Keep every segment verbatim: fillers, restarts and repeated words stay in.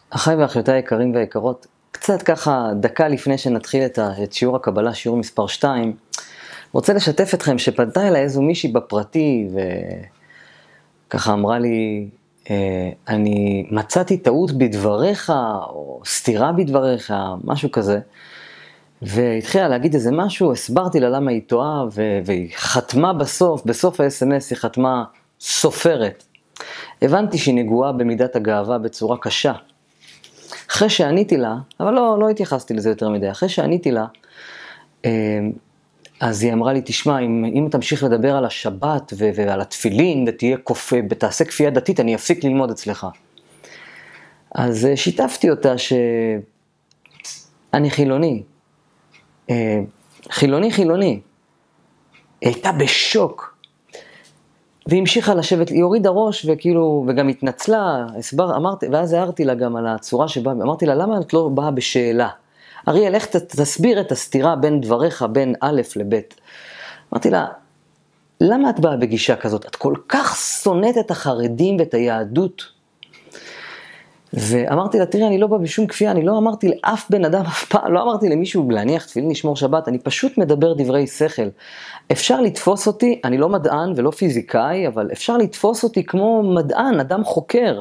אחיי ואחיותיי היקרים והיקרות, קצת ככה דקה לפני שנתחיל את, ה, את שיעור הקבלה, שיעור מספר שתיים, רוצה לשתף אתכם שפנתה אליי איזו מישהי בפרטי וככה אמרה לי, אה, אני מצאתי טעות בדבריך או סתירה בדבריך, משהו כזה, והתחילה להגיד איזה משהו, הסברתי לה למה היא טועה ו- והיא חתמה בסוף, בסוף ה-אס אם אס היא חתמה סופרת. הבנתי שהיא נגועה במידת הגאווה בצורה קשה. אחרי שעניתי לה, אבל לא, לא התייחסתי לזה יותר מדי, אחרי שעניתי לה, אז היא אמרה לי, תשמע, אם, אם תמשיך לדבר על השבת ו- ועל התפילין ותהיה כופה, ותעשה כפייה דתית, אני אפסיק ללמוד אצלך. אז שיתפתי אותה שאני חילוני, חילוני חילוני. היא הייתה בשוק. והיא המשיכה לשבת, היא הורידה ראש וכאילו, וגם התנצלה, הסבר, אמרתי, ואז הערתי לה גם על הצורה שבה, אמרתי לה, למה את לא באה בשאלה? אריאל, איך תסביר את הסתירה בין דבריך, בין א' לב'? אמרתי לה, למה את באה בגישה כזאת? את כל כך שונאת את החרדים ואת היהדות. ואמרתי לה, תראי, אני לא בא בשום כפייה, אני לא אמרתי לאף בן אדם אף פעם, לא אמרתי למישהו להניח תפילין, לשמור שבת, אני פשוט מדבר דברי שכל. אפשר לתפוס אותי, אני לא מדען ולא פיזיקאי, אבל אפשר לתפוס אותי כמו מדען, אדם חוקר.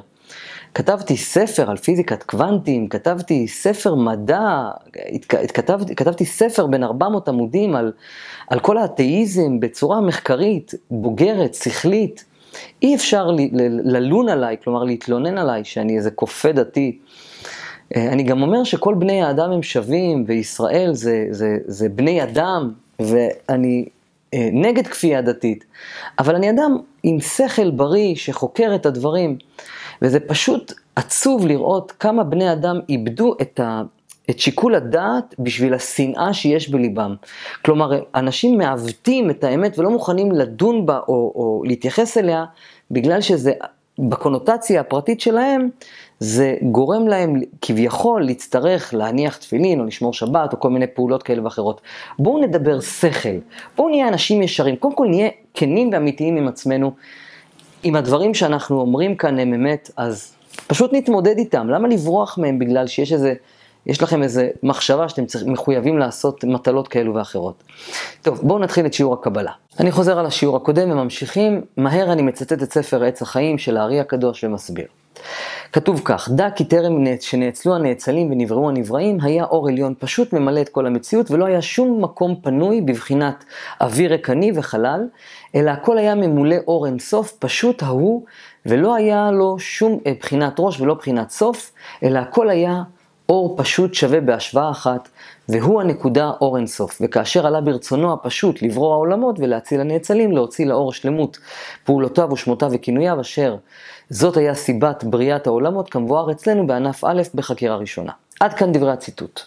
כתבתי ספר על פיזיקת קוונטים, כתבתי ספר מדע, כתבתי, כתבתי ספר בין ארבע מאות עמודים על, על כל האתאיזם בצורה מחקרית, בוגרת, שכלית. אי אפשר ללון עליי, כלומר להתלונן עליי שאני איזה כופה דתי. אני גם אומר שכל בני האדם הם שווים, וישראל זה, זה, זה בני אדם, ואני נגד כפייה דתית. אבל אני אדם עם שכל בריא שחוקר את הדברים, וזה פשוט עצוב לראות כמה בני אדם איבדו את ה... את שיקול הדעת בשביל השנאה שיש בליבם. כלומר, אנשים מעוותים את האמת ולא מוכנים לדון בה או, או להתייחס אליה, בגלל שזה, בקונוטציה הפרטית שלהם, זה גורם להם כביכול להצטרך להניח תפילין או לשמור שבת או כל מיני פעולות כאלה ואחרות. בואו נדבר שכל, בואו נהיה אנשים ישרים, קודם כל נהיה כנים ואמיתיים עם עצמנו, עם הדברים שאנחנו אומרים כאן הם אמת, אז פשוט נתמודד איתם. למה לברוח מהם בגלל שיש איזה, יש לכם איזה מחשבה שאתם מחויבים לעשות מטלות כאלו ואחרות. טוב, בואו נתחיל את שיעור הקבלה. אני חוזר על השיעור הקודם וממשיכים. מהר אני מצטט את ספר עץ החיים של הארי הקדוש ומסביר. כתוב כך, דע כי טרם שנאצלו הנאצלים ונבראו הנבראים, היה אור עליון פשוט ממלא את כל המציאות, ולא היה שום מקום פנוי בבחינת אוויר ריקני וחלל, אלא הכל היה ממולא אור אינסוף, פשוט ההוא, ולא היה לו שום בחינת ראש ולא בחינת סוף, אלא הכל היה אור פשוט שווה בהשוואה אחת, והוא הנקודה אור אינסוף. וכאשר עלה ברצונו הפשוט לברוא העולמות ולהציל הנאצלים, להוציא לאור שלמות פעולותיו ושמותיו וכינוייו, אשר זאת היה סיבת בריאת העולמות, כמבואר אצלנו בענף א' בחקירה ראשונה. עד כאן דברי הציטוט.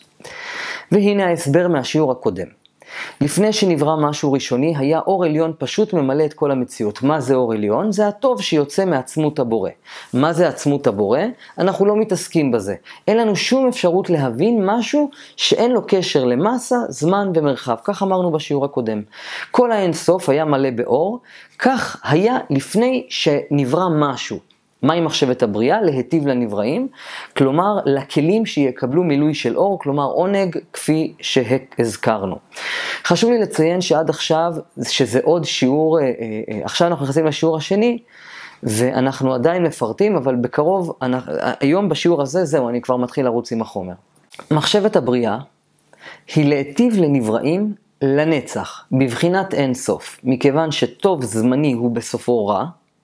והנה ההסבר מהשיעור הקודם. לפני שנברא משהו ראשוני, היה אור עליון פשוט ממלא את כל המציאות. מה זה אור עליון? זה הטוב שיוצא מעצמות הבורא. מה זה עצמות הבורא? אנחנו לא מתעסקים בזה. אין לנו שום אפשרות להבין משהו שאין לו קשר למסה, זמן ומרחב. כך אמרנו בשיעור הקודם. כל האינסוף היה מלא באור, כך היה לפני שנברא משהו. מהי מחשבת הבריאה? להיטיב לנבראים, כלומר לכלים שיקבלו מילוי של אור, כלומר עונג כפי שהזכרנו. חשוב לי לציין שעד עכשיו, שזה עוד שיעור, עכשיו אנחנו נכנסים לשיעור השני, ואנחנו עדיין מפרטים, אבל בקרוב, היום בשיעור הזה, זהו, אני כבר מתחיל לרוץ עם החומר. מחשבת הבריאה היא להיטיב לנבראים לנצח, בבחינת אין סוף, מכיוון שטוב זמני הוא בסופו רע,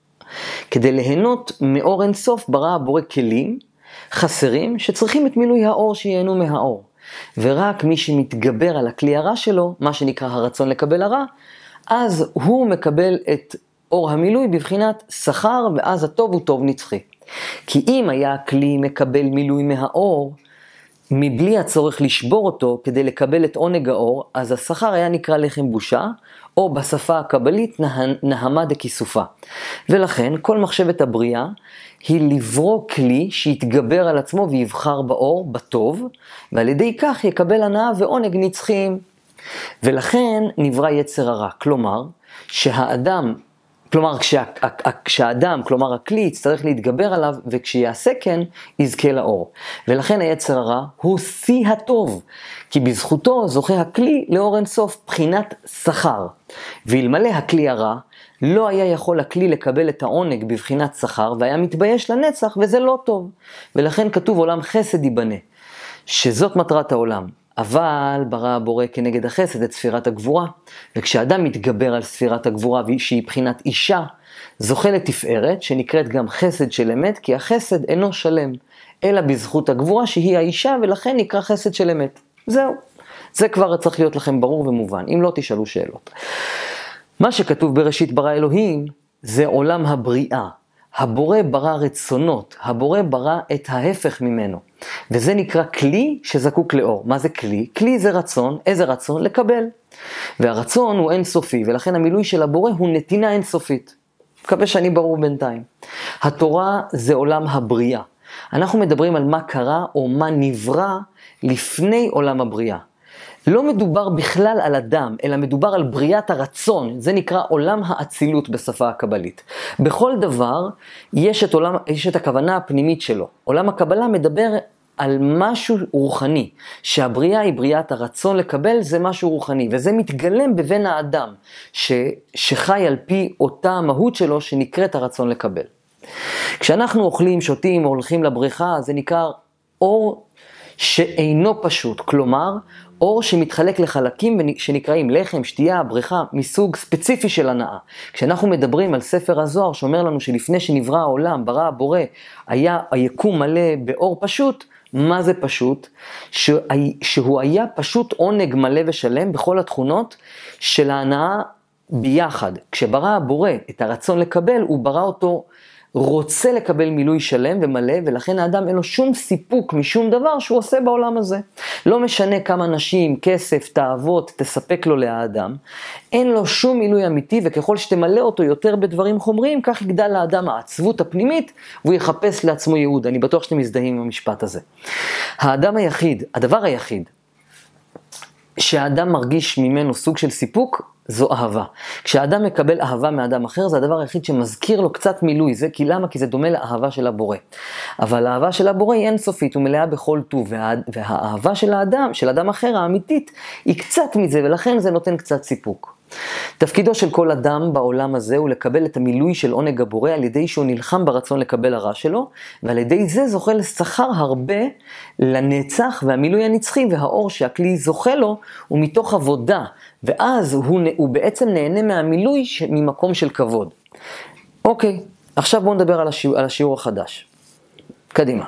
כדי ליהנות מאור אין סוף ברא הבורא כלים חסרים שצריכים את מילוי האור שיהנו מהאור. ורק מי שמתגבר על הכלי הרע שלו, מה שנקרא הרצון לקבל הרע, אז הוא מקבל את אור המילוי בבחינת שכר, ואז הטוב הוא טוב נצחי. כי אם היה הכלי מקבל מילוי מהאור, מבלי הצורך לשבור אותו כדי לקבל את עונג האור, אז השכר היה נקרא לחם בושה, או בשפה הקבלית נהמה דכיסופה. ולכן כל מחשבת הבריאה היא לברוא כלי שיתגבר על עצמו ויבחר באור, בטוב, ועל ידי כך יקבל הנאה ועונג נצחיים. ולכן נברא יצר הרע, כלומר שהאדם כלומר, כשה, כשהאדם, כלומר הכלי, יצטרך להתגבר עליו, וכשיעשה כן, יזכה לאור. ולכן היצר הרע הוא שיא הטוב, כי בזכותו זוכה הכלי לאור אינסוף, בחינת שכר. ואלמלא הכלי הרע, לא היה יכול הכלי לקבל את העונג בבחינת שכר, והיה מתבייש לנצח, וזה לא טוב. ולכן כתוב עולם חסד ייבנה, שזאת מטרת העולם. אבל ברא הבורא כנגד החסד את ספירת הגבורה, וכשאדם מתגבר על ספירת הגבורה שהיא בחינת אישה, זוכה לתפארת שנקראת גם חסד של אמת, כי החסד אינו שלם, אלא בזכות הגבורה שהיא האישה, ולכן נקרא חסד של אמת. זהו, זה כבר צריך להיות לכם ברור ומובן, אם לא תשאלו שאלות. מה שכתוב בראשית ברא אלוהים זה עולם הבריאה. הבורא ברא רצונות, הבורא ברא את ההפך ממנו. וזה נקרא כלי שזקוק לאור. מה זה כלי? כלי זה רצון. איזה רצון? לקבל. והרצון הוא אינסופי, ולכן המילוי של הבורא הוא נתינה אינסופית. מקווה שאני ברור בינתיים. התורה זה עולם הבריאה. אנחנו מדברים על מה קרה או מה נברא לפני עולם הבריאה. לא מדובר בכלל על אדם, אלא מדובר על בריאת הרצון. זה נקרא עולם האצילות בשפה הקבלית. בכל דבר יש את, עולם, יש את הכוונה הפנימית שלו. עולם הקבלה מדבר על משהו רוחני, שהבריאה היא בריאת הרצון לקבל, זה משהו רוחני, וזה מתגלם בבן האדם, ש, שחי על פי אותה המהות שלו שנקראת הרצון לקבל. כשאנחנו אוכלים, שותים או הולכים לבריכה, זה נקרא אור שאינו פשוט, כלומר, אור שמתחלק לחלקים שנקראים לחם, שתייה, בריכה, מסוג ספציפי של הנאה. כשאנחנו מדברים על ספר הזוהר שאומר לנו שלפני שנברא העולם, ברא הבורא, היה היקום מלא באור פשוט, מה זה פשוט? שהוא היה פשוט עונג מלא ושלם בכל התכונות של ההנאה ביחד. כשברא הבורא את הרצון לקבל, הוא ברא אותו רוצה לקבל מילוי שלם ומלא, ולכן האדם אין לו שום סיפוק משום דבר שהוא עושה בעולם הזה. לא משנה כמה נשים, כסף, תאוות תספק לו לאדם, אין לו שום מילוי אמיתי, וככל שתמלא אותו יותר בדברים חומריים, כך יגדל לאדם העצבות הפנימית, והוא יחפש לעצמו ייעוד. אני בטוח שאתם מזדהים עם המשפט הזה. האדם היחיד, הדבר היחיד, שהאדם מרגיש ממנו סוג של סיפוק, זו אהבה. כשהאדם מקבל אהבה מאדם אחר, זה הדבר היחיד שמזכיר לו קצת מילוי. זה כי למה? כי זה דומה לאהבה של הבורא. אבל האהבה של הבורא היא אינסופית, ומלאה בכל טוב, וה, והאהבה של האדם, של אדם אחר, האמיתית, היא קצת מזה, ולכן זה נותן קצת סיפוק. תפקידו של כל אדם בעולם הזה הוא לקבל את המילוי של עונג הבורא על ידי שהוא נלחם ברצון לקבל הרע שלו, ועל ידי זה זוכה לשכר הרבה לנצח, והמילוי הנצחי והאור שהכלי זוכה לו הוא מתוך עבודה, ואז הוא, הוא בעצם נהנה מהמילוי ממקום של כבוד. אוקיי, עכשיו בואו נדבר על השיעור, על השיעור החדש. קדימה.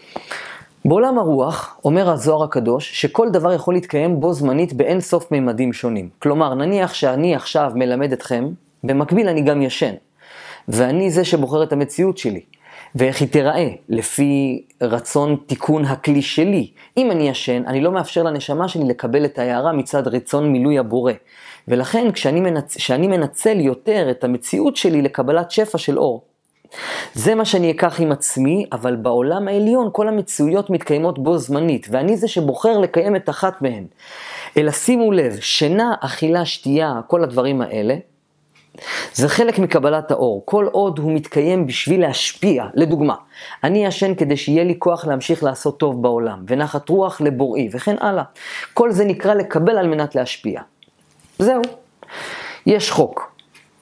בעולם הרוח, אומר הזוהר הקדוש, שכל דבר יכול להתקיים בו זמנית באין סוף מימדים שונים. כלומר, נניח שאני עכשיו מלמד אתכם, במקביל אני גם ישן. ואני זה שבוחר את המציאות שלי. ואיך היא תיראה, לפי רצון תיקון הכלי שלי. אם אני ישן, אני לא מאפשר לנשמה שלי לקבל את ההערה מצד רצון מילוי הבורא. ולכן, כשאני מנצ... כשאני מנצל יותר את המציאות שלי לקבלת שפע של אור, זה מה שאני אקח עם עצמי, אבל בעולם העליון כל המציאויות מתקיימות בו זמנית, ואני זה שבוחר לקיים את אחת מהן. אלא שימו לב, שינה, אכילה, שתייה, כל הדברים האלה, זה חלק מקבלת האור. כל עוד הוא מתקיים בשביל להשפיע, לדוגמה, אני ישן כדי שיהיה לי כוח להמשיך לעשות טוב בעולם, ונחת רוח לבוראי, וכן הלאה. כל זה נקרא לקבל על מנת להשפיע. זהו. יש חוק.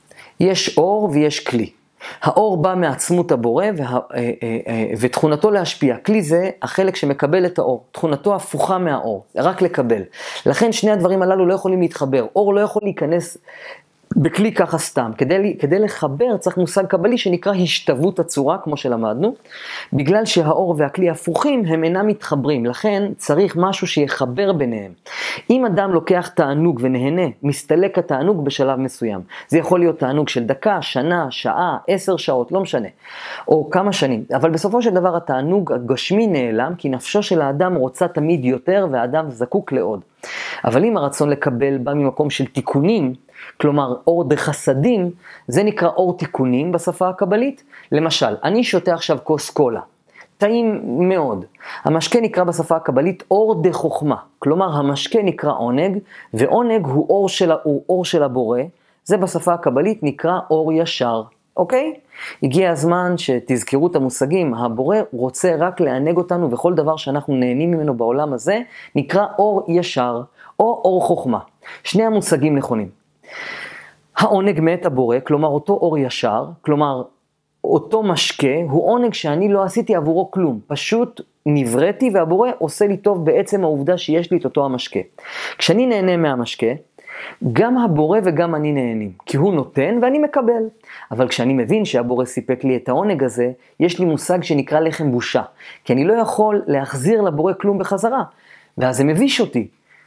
יש אור ויש כלי. האור בא מעצמות הבורא וה, ותכונתו להשפיע. כלי זה החלק שמקבל את האור. תכונתו הפוכה מהאור, רק לקבל. לכן שני הדברים הללו לא יכולים להתחבר. אור לא יכול להיכנס בכלי ככה סתם. כדי, כדי לחבר צריך מושג קבלי שנקרא השתוות הצורה, כמו שלמדנו. בגלל שהאור והכלי הפוכים הם אינם מתחברים. לכן צריך משהו שיחבר ביניהם. אם אדם לוקח תענוג ונהנה, מסתלק התענוג בשלב מסוים. זה יכול להיות תענוג של דקה, שנה, שעה, עשר שעות, לא משנה. או כמה שנים. אבל בסופו של דבר התענוג הגשמי נעלם, כי נפשו של האדם רוצה תמיד יותר, והאדם זקוק לעוד. אבל אם הרצון לקבל בא ממקום של תיקונים, כלומר אור דחסדים, זה נקרא אור תיקונים בשפה הקבלית. למשל, אני שותה עכשיו כוס קולה, טעים מאוד. המשקה נקרא בשפה הקבלית אור דחוכמה, כלומר המשקה נקרא עונג, ועונג הוא אור של, הוא אור של הבורא, זה בשפה הקבלית נקרא אור ישר, אוקיי? הגיע הזמן שתזכרו את המושגים, הבורא רוצה רק לענג אותנו, וכל דבר שאנחנו נהנים ממנו בעולם הזה, נקרא אור ישר, או אור חוכמה. שני המושגים נכונים. העונג מאת הבורא, כלומר אותו אור ישר, כלומר אותו משקה, הוא עונג שאני לא עשיתי עבורו כלום, פשוט נבראתי והבורא עושה לי טוב בעצם העובדה שיש לי את אותו המשקה. כשאני נהנה מהמשקה, גם הבורא וגם אני נהנים, כי הוא נותן ואני מקבל. אבל כשאני מבין שהבורא סיפק לי את העונג הזה, יש לי מושג שנקרא לחם בושה, כי אני לא יכול להחזיר לבורא כלום בחזרה, ואז זה מביש אותי.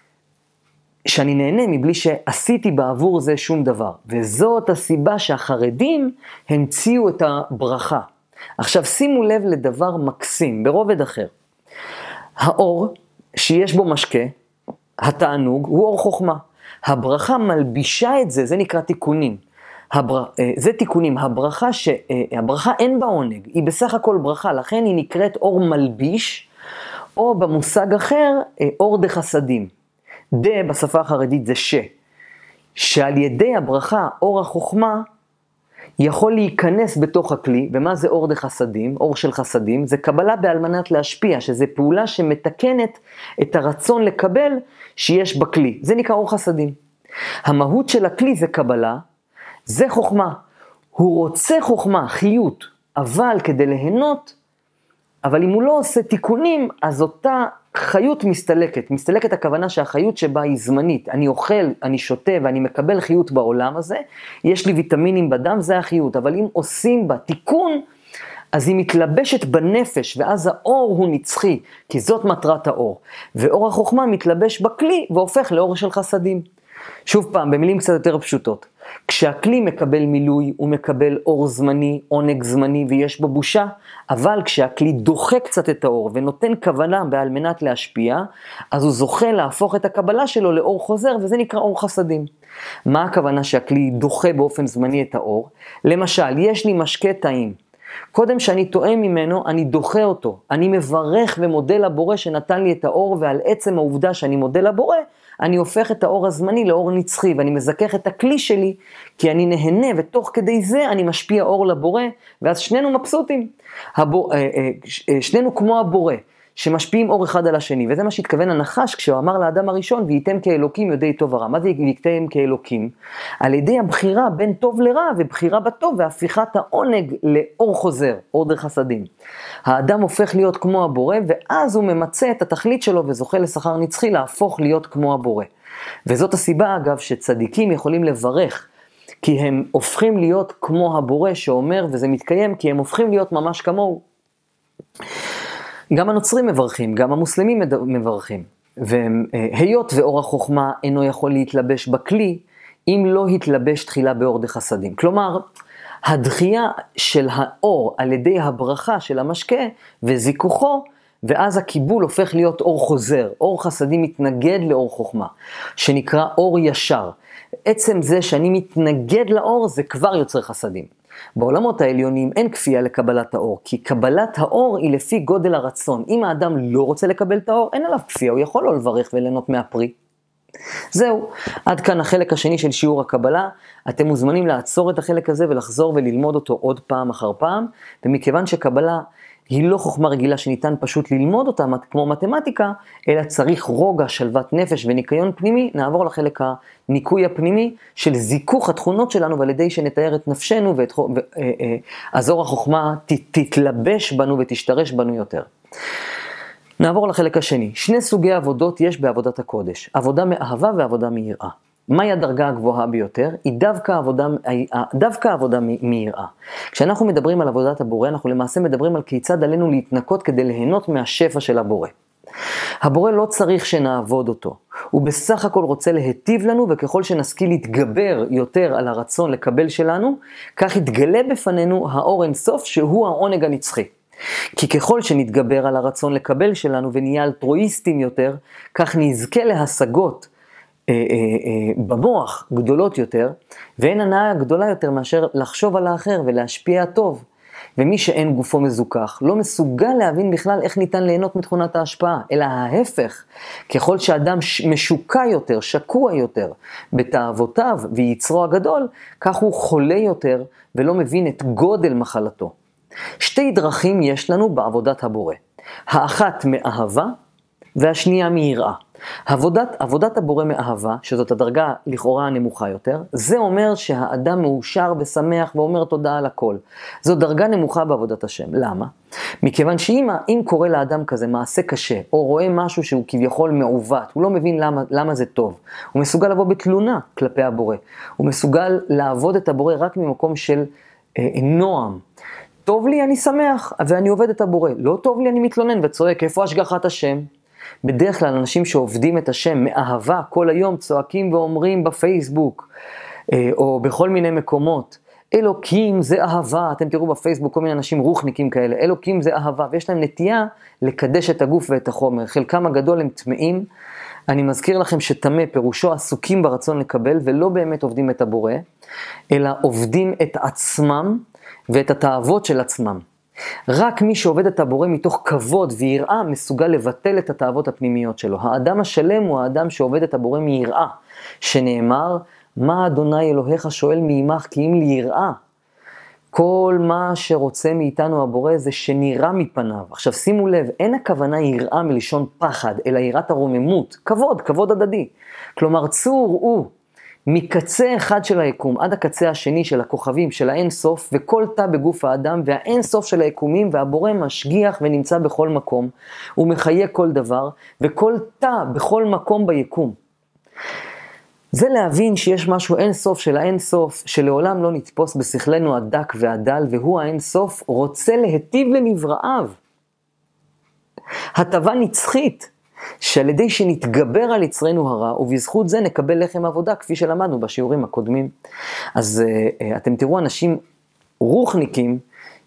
שאני נהנה מבלי שעשיתי בעבור זה שום דבר. וזאת הסיבה שהחרדים המציאו את הברכה. עכשיו שימו לב לדבר מקסים, ברובד אחר. האור שיש בו משקה, התענוג, הוא אור חוכמה. הברכה מלבישה את זה, זה נקרא תיקונים. הבר... זה תיקונים, הברכה, ש... הברכה אין בה עונג, היא בסך הכל ברכה, לכן היא נקראת אור מלביש, או במושג אחר, אור דחסדים. דה בשפה החרדית זה ש, שעל ידי הברכה, אור החוכמה, יכול להיכנס בתוך הכלי, ומה זה אור דחסדים? אור של חסדים, זה קבלה בעל מנת להשפיע, שזה פעולה שמתקנת את הרצון לקבל שיש בכלי, זה נקרא אור חסדים. המהות של הכלי זה קבלה, זה חוכמה, הוא רוצה חוכמה, חיות, אבל כדי ליהנות, אבל אם הוא לא עושה תיקונים, אז אותה חיות מסתלקת. מסתלקת הכוונה שהחיות שבה היא זמנית. אני אוכל, אני שותה ואני מקבל חיות בעולם הזה. יש לי ויטמינים בדם, זה החיות. אבל אם עושים בה תיקון, אז היא מתלבשת בנפש, ואז האור הוא נצחי, כי זאת מטרת האור. ואור החוכמה מתלבש בכלי והופך לאור של חסדים. שוב פעם, במילים קצת יותר פשוטות. כשהכלי מקבל מילוי, הוא מקבל אור זמני, עונג זמני, ויש בו בושה, אבל כשהכלי דוחה קצת את האור, ונותן כוונה בעל מנת להשפיע, אז הוא זוכה להפוך את הקבלה שלו לאור חוזר, וזה נקרא אור חסדים. מה הכוונה שהכלי דוחה באופן זמני את האור? למשל, יש לי משקה טעים. קודם שאני טועם ממנו, אני דוחה אותו. אני מברך ומודה לבורא שנתן לי את האור, ועל עצם העובדה שאני מודה לבורא, אני הופך את האור הזמני לאור נצחי, ואני מזכך את הכלי שלי, כי אני נהנה, ותוך כדי זה אני משפיע אור לבורא, ואז שנינו מבסוטים. הבור, שנינו כמו הבורא, שמשפיעים אור אחד על השני, וזה מה שהתכוון הנחש כשהוא אמר לאדם הראשון, וייתם כאלוקים יודעי טוב ורע. מה זה וייתם כאלוקים? על ידי הבחירה בין טוב לרע, ובחירה בטוב, והפיכת העונג לאור חוזר, אור דרך חסדים. האדם הופך להיות כמו הבורא, ואז הוא ממצא את התכלית שלו, וזוכה לשכר נצחי להפוך להיות כמו הבורא. וזאת הסיבה אגב שצדיקים יכולים לברך, כי הם הופכים להיות כמו הבורא שאומר, וזה מתקיים, כי הם הופכים להיות ממש כמוהו. גם הנוצרים מברכים, גם המוסלמים מברכים, והיות ואור החוכמה אינו יכול להתלבש בכלי, אם לא התלבש תחילה באור דחסדים. כלומר, הדחייה של האור על ידי הברכה של המשקה וזיכוכו, ואז הקיבול הופך להיות אור חוזר. אור חסדים מתנגד לאור חוכמה, שנקרא אור ישר. עצם זה שאני מתנגד לאור זה כבר יוצר חסדים. בעולמות העליונים אין כפייה לקבלת האור, כי קבלת האור היא לפי גודל הרצון. אם האדם לא רוצה לקבל את האור, אין עליו כפייה, הוא יכול לא לברך וליהנות מהפרי. זהו, עד כאן החלק השני של שיעור הקבלה. אתם מוזמנים לעצור את החלק הזה ולחזור וללמוד אותו עוד פעם אחר פעם, ומכיוון שקבלה היא לא חוכמה רגילה שניתן פשוט ללמוד אותה כמו מתמטיקה, אלא צריך רוגע, שלוות נפש וניקיון פנימי. נעבור לחלק הניקוי הפנימי של זיכוך התכונות שלנו, ועל ידי שנתאר את נפשנו, ואת, אז אור החוכמה תתלבש בנו ותשתרש בנו יותר. נעבור לחלק השני. שני סוגי עבודות יש בעבודת הקודש, עבודה מאהבה ועבודה מיראה. מהי הדרגה הגבוהה ביותר? היא דווקא עבודה, דווקא עבודה מיראה. כשאנחנו מדברים על עבודת הבורא, אנחנו למעשה מדברים על כיצד עלינו להתנקות כדי ליהנות מהשפע של הבורא. הבורא לא צריך שנעבוד אותו, הוא בסך הכל רוצה להיטיב לנו, וככל שנשכיל להתגבר יותר על הרצון לקבל שלנו, כך יתגלה בפנינו האור אינסוף שהוא העונג הנצחי. כי ככל שנתגבר על הרצון לקבל שלנו ונהיה אלטרואיסטים יותר, כך נזכה להשגות אה, אה, אה, במוח גדולות יותר, ואין הנאה גדולה יותר מאשר לחשוב על האחר ולהשפיע טוב. ומי שאין גופו מזוכח לא מסוגל להבין בכלל איך ניתן ליהנות מתכונת ההשפעה, אלא ההפך. ככל שאדם משוקע יותר, שקוע יותר בתאוותיו ויצרו הגדול, כך הוא חולה יותר ולא מבין את גודל מחלתו. שתי דרכים יש לנו בעבודת הבורא. האחת מאהבה והשנייה מיראה. עבודת, עבודת הבורא מאהבה, שזאת הדרגה לכאורה הנמוכה יותר, זה אומר שהאדם מאושר ושמח ואומר תודה על הכל. זו דרגה נמוכה בעבודת השם. למה? מכיוון שאם אם קורה לאדם כזה מעשה קשה, או רואה משהו שהוא כביכול מעוות, הוא לא מבין למה, למה זה טוב. הוא מסוגל לבוא בתלונה כלפי הבורא. הוא מסוגל לעבוד את הבורא רק ממקום של אה, נועם. טוב לי אני שמח ואני עובד את הבורא. לא טוב לי אני מתלונן וצועק איפה השגחת השם. בדרך כלל אנשים שעובדים את השם מאהבה כל היום צועקים ואומרים בפייסבוק או בכל מיני מקומות, אלוקים זה אהבה. אתם תראו בפייסבוק כל מיני אנשים רוחניקים כאלה, אלוקים זה אהבה, ויש להם נטייה לקדש את הגוף ואת החומר. חלקם הגדול הם טמאים. אני מזכיר לכם שטמא פירושו עסוקים ברצון לקבל ולא באמת עובדים את הבורא, אלא עובדים את עצמם ואת התאוות של עצמם. רק מי שעובד את הבורא מתוך כבוד ויראה מסוגל לבטל את התאוות הפנימיות שלו. האדם השלם הוא האדם שעובד את הבורא מיראה, שנאמר, מה אדוני אלוהיך שואל מעמך כי אם לי יראה. כל מה שרוצה מאיתנו הבורא זה שנראה מפניו. עכשיו שימו לב, אין הכוונה יראה מלשון פחד, אלא יראת הרוממות, כבוד, כבוד הדדי. כלומר צור הוא מקצה אחד של היקום עד הקצה השני של הכוכבים של האין סוף, וכל תא בגוף האדם והאין סוף של היקומים, והבורא משגיח ונמצא בכל מקום, הוא מחיה כל דבר, וכל תא בכל מקום ביקום. זה להבין שיש משהו אין סוף של האין סוף, שלעולם לא נתפוס בשכלנו הדק והדל, והוא האין סוף רוצה להטיב לנבראיו. הטבה נצחית, שעל ידי שנתגבר על יצרנו הרע, ובזכות זה נקבל לחם עבודה, כפי שלמדנו בשיעורים הקודמים. אז uh, אתם תראו אנשים רוחניקים,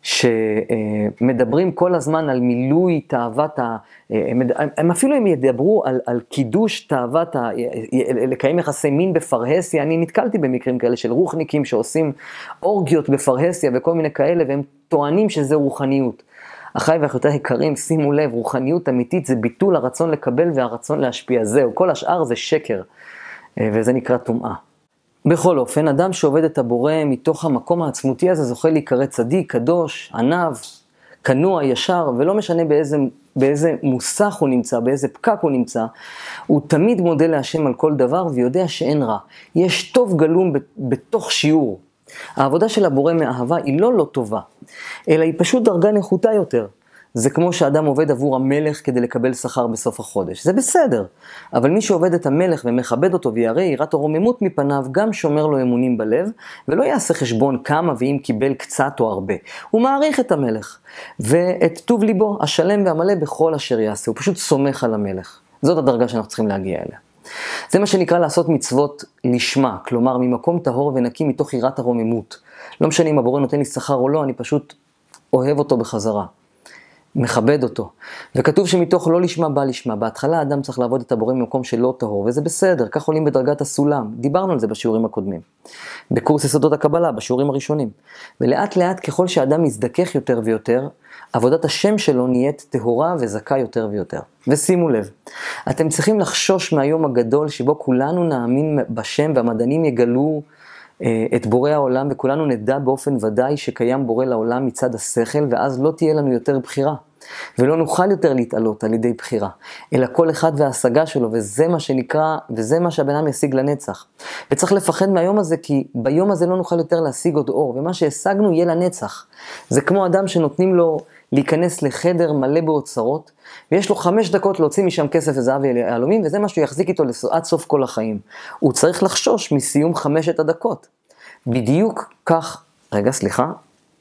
שמדברים כל הזמן על מילוי תאוות, ה... הם אפילו הם ידברו על, על קידוש תאוות, ה... לקיים יחסי מין בפרהסיה. אני נתקלתי במקרים כאלה של רוחניקים שעושים אורגיות בפרהסיה וכל מיני כאלה, והם טוענים שזה רוחניות. אחיי ואחיותיי היקרים, שימו לב, רוחניות אמיתית זה ביטול הרצון לקבל והרצון להשפיע. זהו, כל השאר זה שקר, וזה נקרא טומאה. בכל אופן, אדם שעובד את הבורא מתוך המקום העצמותי הזה זוכה להיקרא צדיק, קדוש, ענב, כנוע, ישר, ולא משנה באיזה, באיזה מוסך הוא נמצא, באיזה פקק הוא נמצא, הוא תמיד מודה להשם על כל דבר ויודע שאין רע. יש טוב גלום בתוך שיעור. העבודה של הבורא מאהבה היא לא לא טובה, אלא היא פשוט דרגה נחותה יותר. זה כמו שאדם עובד עבור המלך כדי לקבל שכר בסוף החודש. זה בסדר, אבל מי שעובד את המלך ומכבד אותו ויראה יראת הרוממות מפניו, גם שומר לו אמונים בלב, ולא יעשה חשבון כמה ואם קיבל קצת או הרבה. הוא מעריך את המלך, ואת טוב ליבו, השלם והמלא בכל אשר יעשה. הוא פשוט סומך על המלך. זאת הדרגה שאנחנו צריכים להגיע אליה. זה מה שנקרא לעשות מצוות לשמה, כלומר ממקום טהור ונקי מתוך יראת הרוממות. לא משנה אם הבורא נותן לי שכר או לא, אני פשוט אוהב אותו בחזרה. מכבד אותו. וכתוב שמתוך לא לשמה בא לשמה. בהתחלה האדם צריך לעבוד את הבורא ממקום שלא טהור, וזה בסדר, כך עולים בדרגת הסולם. דיברנו על זה בשיעורים הקודמים. בקורס יסודות הקבלה, בשיעורים הראשונים. ולאט לאט ככל שהאדם מזדכך יותר ויותר, עבודת השם שלו נהיית טהורה וזכה יותר ויותר. ושימו לב, אתם צריכים לחשוש מהיום הגדול שבו כולנו נאמין בשם והמדענים יגלו את בורא העולם, וכולנו נדע באופן ודאי שקיים בורא לעולם מצד השכל, ואז לא תהיה לנו יותר בחירה, ולא נוכל יותר להתעלות על ידי בחירה, אלא כל אחד וההשגה שלו, וזה מה שנקרא, וזה מה שהבן אדם ישיג לנצח. וצריך לפחד מהיום הזה, כי ביום הזה לא נוכל יותר להשיג עוד אור, ומה שהשגנו יהיה לנצח. זה כמו אדם שנותנים לו להיכנס לחדר מלא באוצרות, ויש לו חמש דקות להוציא משם כסף וזהב ויהלומים, וזה מה שהוא יחזיק איתו עד סוף כל החיים. הוא צריך לחשוש מסיום חמשת הדקות. בדיוק כך, רגע סליחה,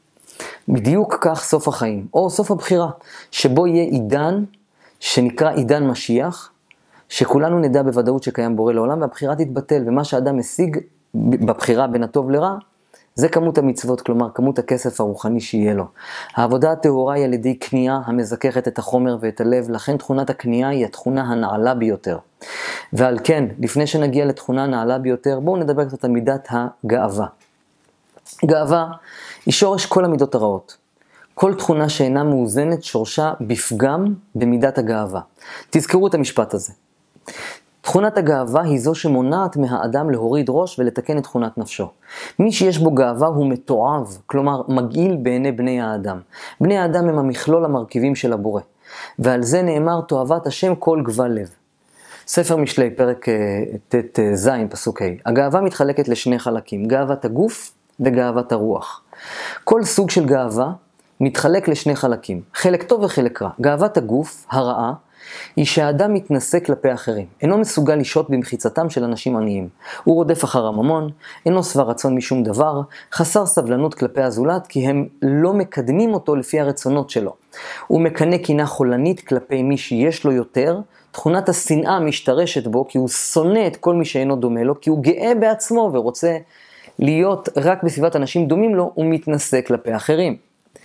בדיוק כך סוף החיים, או סוף הבחירה, שבו יהיה עידן שנקרא עידן משיח, שכולנו נדע בוודאות שקיים בורא לעולם, והבחירה תתבטל, ומה שאדם משיג בבחירה בין הטוב לרע, זה כמות המצוות, כלומר כמות הכסף הרוחני שיהיה לו. העבודה הטהורה היא על ידי קנייה המזככת את החומר ואת הלב, לכן תכונת הקנייה היא התכונה הנעלה ביותר. ועל כן, לפני שנגיע לתכונה הנעלה ביותר, בואו נדבר קצת על מידת הגאווה. גאווה היא שורש כל המידות הרעות. כל תכונה שאינה מאוזנת שורשה בפגם במידת הגאווה. תזכרו את המשפט הזה. תכונת הגאווה היא זו שמונעת מהאדם להוריד ראש ולתקן את תכונת נפשו. מי שיש בו גאווה הוא מתועב, כלומר מגעיל בעיני בני האדם. בני האדם הם המכלול המרכיבים של הבורא. ועל זה נאמר תועבת השם כל גבל לב. ספר משלי, פרק ת' ז', פסוק ה'. הגאווה מתחלקת לשני חלקים, גאוות הגוף וגאוות הרוח. כל סוג של גאווה מתחלק לשני חלקים, חלק טוב וחלק רע. גאוות הגוף, הרעה, היא שהאדם מתנשא כלפי אחרים, אינו מסוגל לשהות במחיצתם של אנשים עניים. הוא רודף אחר הממון, אינו שבע רצון משום דבר, חסר סבלנות כלפי הזולת, כי הם לא מקדמים אותו לפי הרצונות שלו. הוא מקנה קינה חולנית כלפי מי שיש לו יותר, תכונת השנאה משתרשת בו, כי הוא שונא את כל מי שאינו דומה לו, כי הוא גאה בעצמו ורוצה להיות רק בסביבת אנשים דומים לו, הוא מתנשא כלפי אחרים.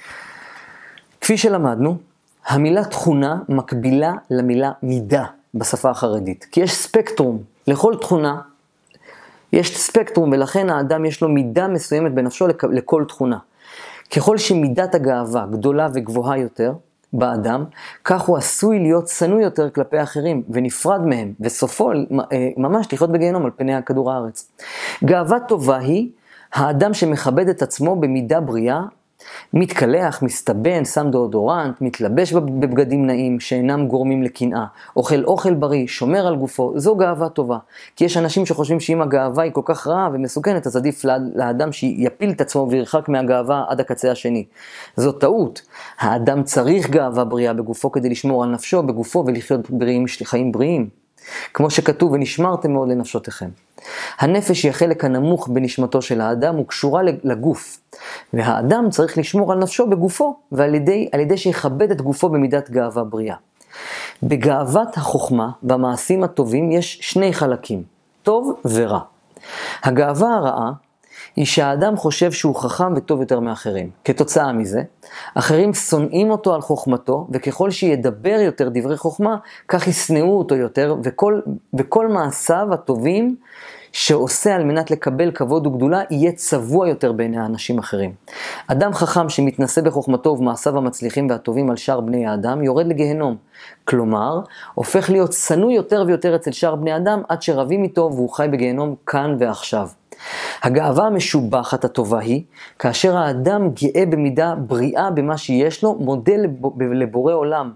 כפי שלמדנו, המילה תכונה מקבילה למילה מידה בשפה החרדית, כי יש ספקטרום, לכל תכונה יש ספקטרום, ולכן האדם יש לו מידה מסוימת בנפשו לכל תכונה. ככל שמידת הגאווה גדולה וגבוהה יותר באדם, כך הוא עשוי להיות שנוא יותר כלפי אחרים ונפרד מהם, וסופו ממש לחיות בגיהנום על פני הכדור הארץ. גאווה טובה היא האדם שמכבד את עצמו במידה בריאה, מתקלח, מסתבן, שם דאודורנט, מתלבש בבגדים נעים שאינם גורמים לקנאה, אוכל אוכל בריא, שומר על גופו, זו גאווה טובה. כי יש אנשים שחושבים שאם הגאווה היא כל כך רעה ומסוכנת, אז עדיף לאדם שיפיל את עצמו וירחק מהגאווה עד הקצה השני. זו טעות. האדם צריך גאווה בריאה בגופו כדי לשמור על נפשו בגופו ולחיות בריאים, חיים בריאים. כמו שכתוב, ונשמרתם מאוד לנפשותיכם. הנפש היא החלק הנמוך בנשמתו של האדם, הוא קשורה לגוף. והאדם צריך לשמור על נפשו בגופו, ועל ידי, על ידי שיכבד את גופו במידת גאווה בריאה. בגאוות החוכמה, במעשים הטובים, יש שני חלקים, טוב ורע. הגאווה הרעה, היא שהאדם חושב שהוא חכם וטוב יותר מאחרים. כתוצאה מזה, אחרים שונאים אותו על חוכמתו, וככל שידבר יותר דברי חוכמה, כך ישנאו אותו יותר, וכל, וכל מעשיו הטובים שעושה על מנת לקבל כבוד וגדולה, יהיה צבוע יותר בעיני האנשים אחרים. אדם חכם שמתנשא בחוכמתו ובמעשיו המצליחים והטובים על שאר בני האדם, יורד לגהנום. כלומר, הופך להיות שנוא יותר ויותר אצל שאר בני האדם, עד שרבים איתו והוא חי בגיהנום כאן ועכשיו. הגאווה המשובחת הטובה היא, כאשר האדם גאה במידה בריאה במה שיש לו, מודה לבורא עולם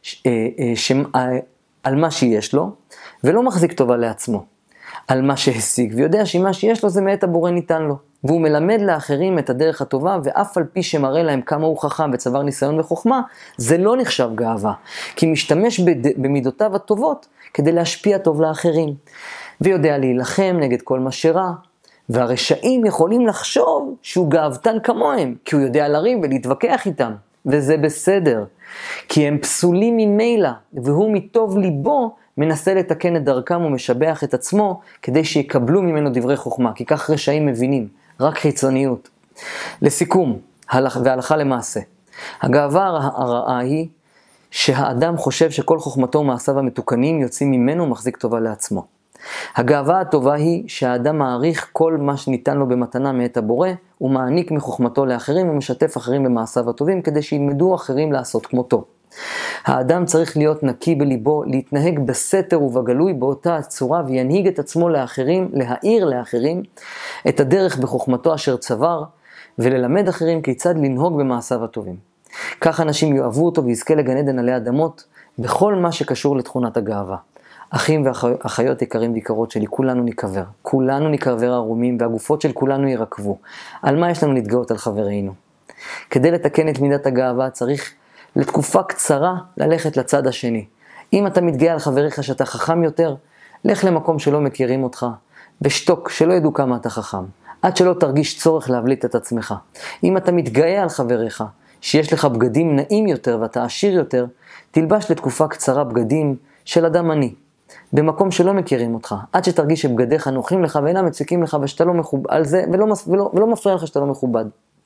על מה שיש לו, ולא מחזיק טובה לעצמו, על מה שהשיג, ויודע שמה שיש לו זה מאת הבורא ניתן לו. והוא מלמד לאחרים את הדרך הטובה, ואף על פי שמראה להם כמה הוא חכם וצבר ניסיון וחוכמה, זה לא נחשב גאווה, כי משתמש במידותיו הטובות כדי להשפיע טוב לאחרים, ויודע להילחם נגד כל מה שרע. והרשעים יכולים לחשוב שהוא גאוותן כמוהם, כי הוא יודע לריב ולהתווכח איתם, וזה בסדר, כי הם פסולים ממילא, והוא מטוב ליבו מנסה לתקן את דרכם ומשבח את עצמו, כדי שיקבלו ממנו דברי חוכמה, כי כך רשעים מבינים, רק חיצוניות. לסיכום, והלכה למעשה, הגאווה הרעה היא שהאדם חושב שכל חוכמתו ומעשיו המתוקנים יוצאים ממנו ומחזיק טובה לעצמו. הגאווה הטובה היא שהאדם מעריך כל מה שניתן לו במתנה מאת הבורא, הוא מעניק מחוכמתו לאחרים ומשתף אחרים במעשיו הטובים כדי שילמדו אחרים לעשות כמותו. האדם צריך להיות נקי בליבו, להתנהג בסתר ובגלוי באותה הצורה וינהיג את עצמו לאחרים, להאיר לאחרים את הדרך בחוכמתו אשר צבר, וללמד אחרים כיצד לנהוג במעשיו הטובים. כך אנשים יאהבו אותו ויזכה לגן עדן עלי אדמות בכל מה שקשור לתכונת הגאווה. אחים ואחיות יקרים ויקרות שלי, כולנו ניקבר, כולנו ניקבר ערומים והגופות של כולנו ירקבו. על מה יש לנו להתגאות על חברינו? כדי לתקן את מידת הגאווה צריך לתקופה קצרה ללכת לצד השני. אם אתה מתגאה על חבריך שאתה חכם יותר, לך למקום שלא מכירים אותך, ושתוק שלא ידעו כמה אתה חכם, עד שלא תרגיש צורך להבליט את עצמך. אם אתה מתגאה על חבריך שיש לך בגדים נעים יותר ואתה עשיר יותר, תלבש לתקופה קצרה בגדים של אדם עני. במקום שלא מכירים אותך, עד שתרגיש שבגדיך נוחים לך ואינם מציקים לך ושאתה לא מכובד על זה, ולא, ולא, ולא מפריע לך שאתה לא מכובד.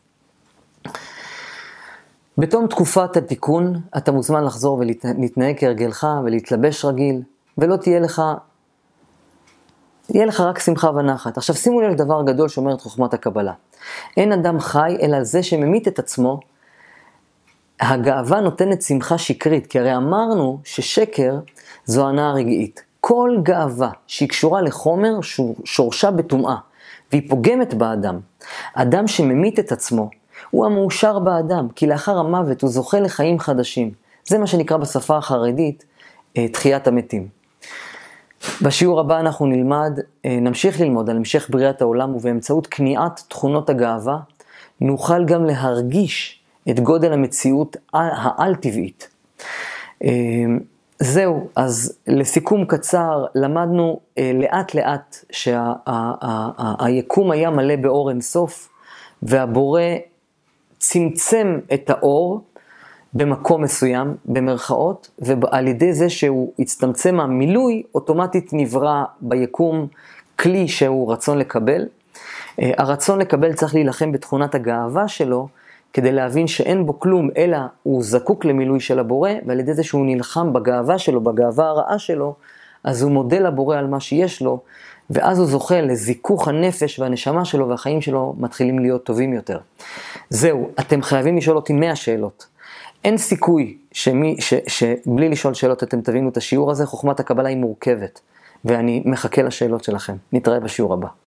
בתום תקופת התיקון, אתה מוזמן לחזור ולהתנהג כהרגלך ולהתלבש רגיל, ולא תהיה לך, יהיה לך רק שמחה ונחת. עכשיו שימו לב לדבר גדול שאומר את חוכמת הקבלה. אין אדם חי אלא זה שממית את עצמו, הגאווה נותנת שמחה שקרית, כי הרי אמרנו ששקר זו הנאה רגעית. כל גאווה שהיא קשורה לחומר שורשה בטומאה, והיא פוגמת באדם. אדם שממית את עצמו, הוא המאושר באדם, כי לאחר המוות הוא זוכה לחיים חדשים. זה מה שנקרא בשפה החרדית, תחיית המתים. בשיעור הבא אנחנו נלמד, נמשיך ללמוד על המשך בריאת העולם, ובאמצעות כניעת תכונות הגאווה, נוכל גם להרגיש את גודל המציאות העל-טבעית. זהו, אז לסיכום קצר, למדנו לאט לאט שהיקום היה מלא באור אינסוף, והבורא צמצם את האור במקום מסוים, במרכאות, ועל ידי זה שהוא הצטמצם המילוי, אוטומטית נברא ביקום כלי שהוא רצון לקבל. הרצון לקבל צריך להילחם בתכונת הגאווה שלו, כדי להבין שאין בו כלום, אלא הוא זקוק למילוי של הבורא, ועל ידי זה שהוא נלחם בגאווה שלו, בגאווה הרעה שלו, אז הוא מודה לבורא על מה שיש לו, ואז הוא זוכה לזיכוך הנפש והנשמה שלו, והחיים שלו מתחילים להיות טובים יותר. זהו, אתם חייבים לשאול אותי מאה שאלות. אין סיכוי שמי, ש, שבלי לשאול שאלות אתם תבינו את השיעור הזה, חוכמת הקבלה היא מורכבת, ואני מחכה לשאלות שלכם. נתראה בשיעור הבא.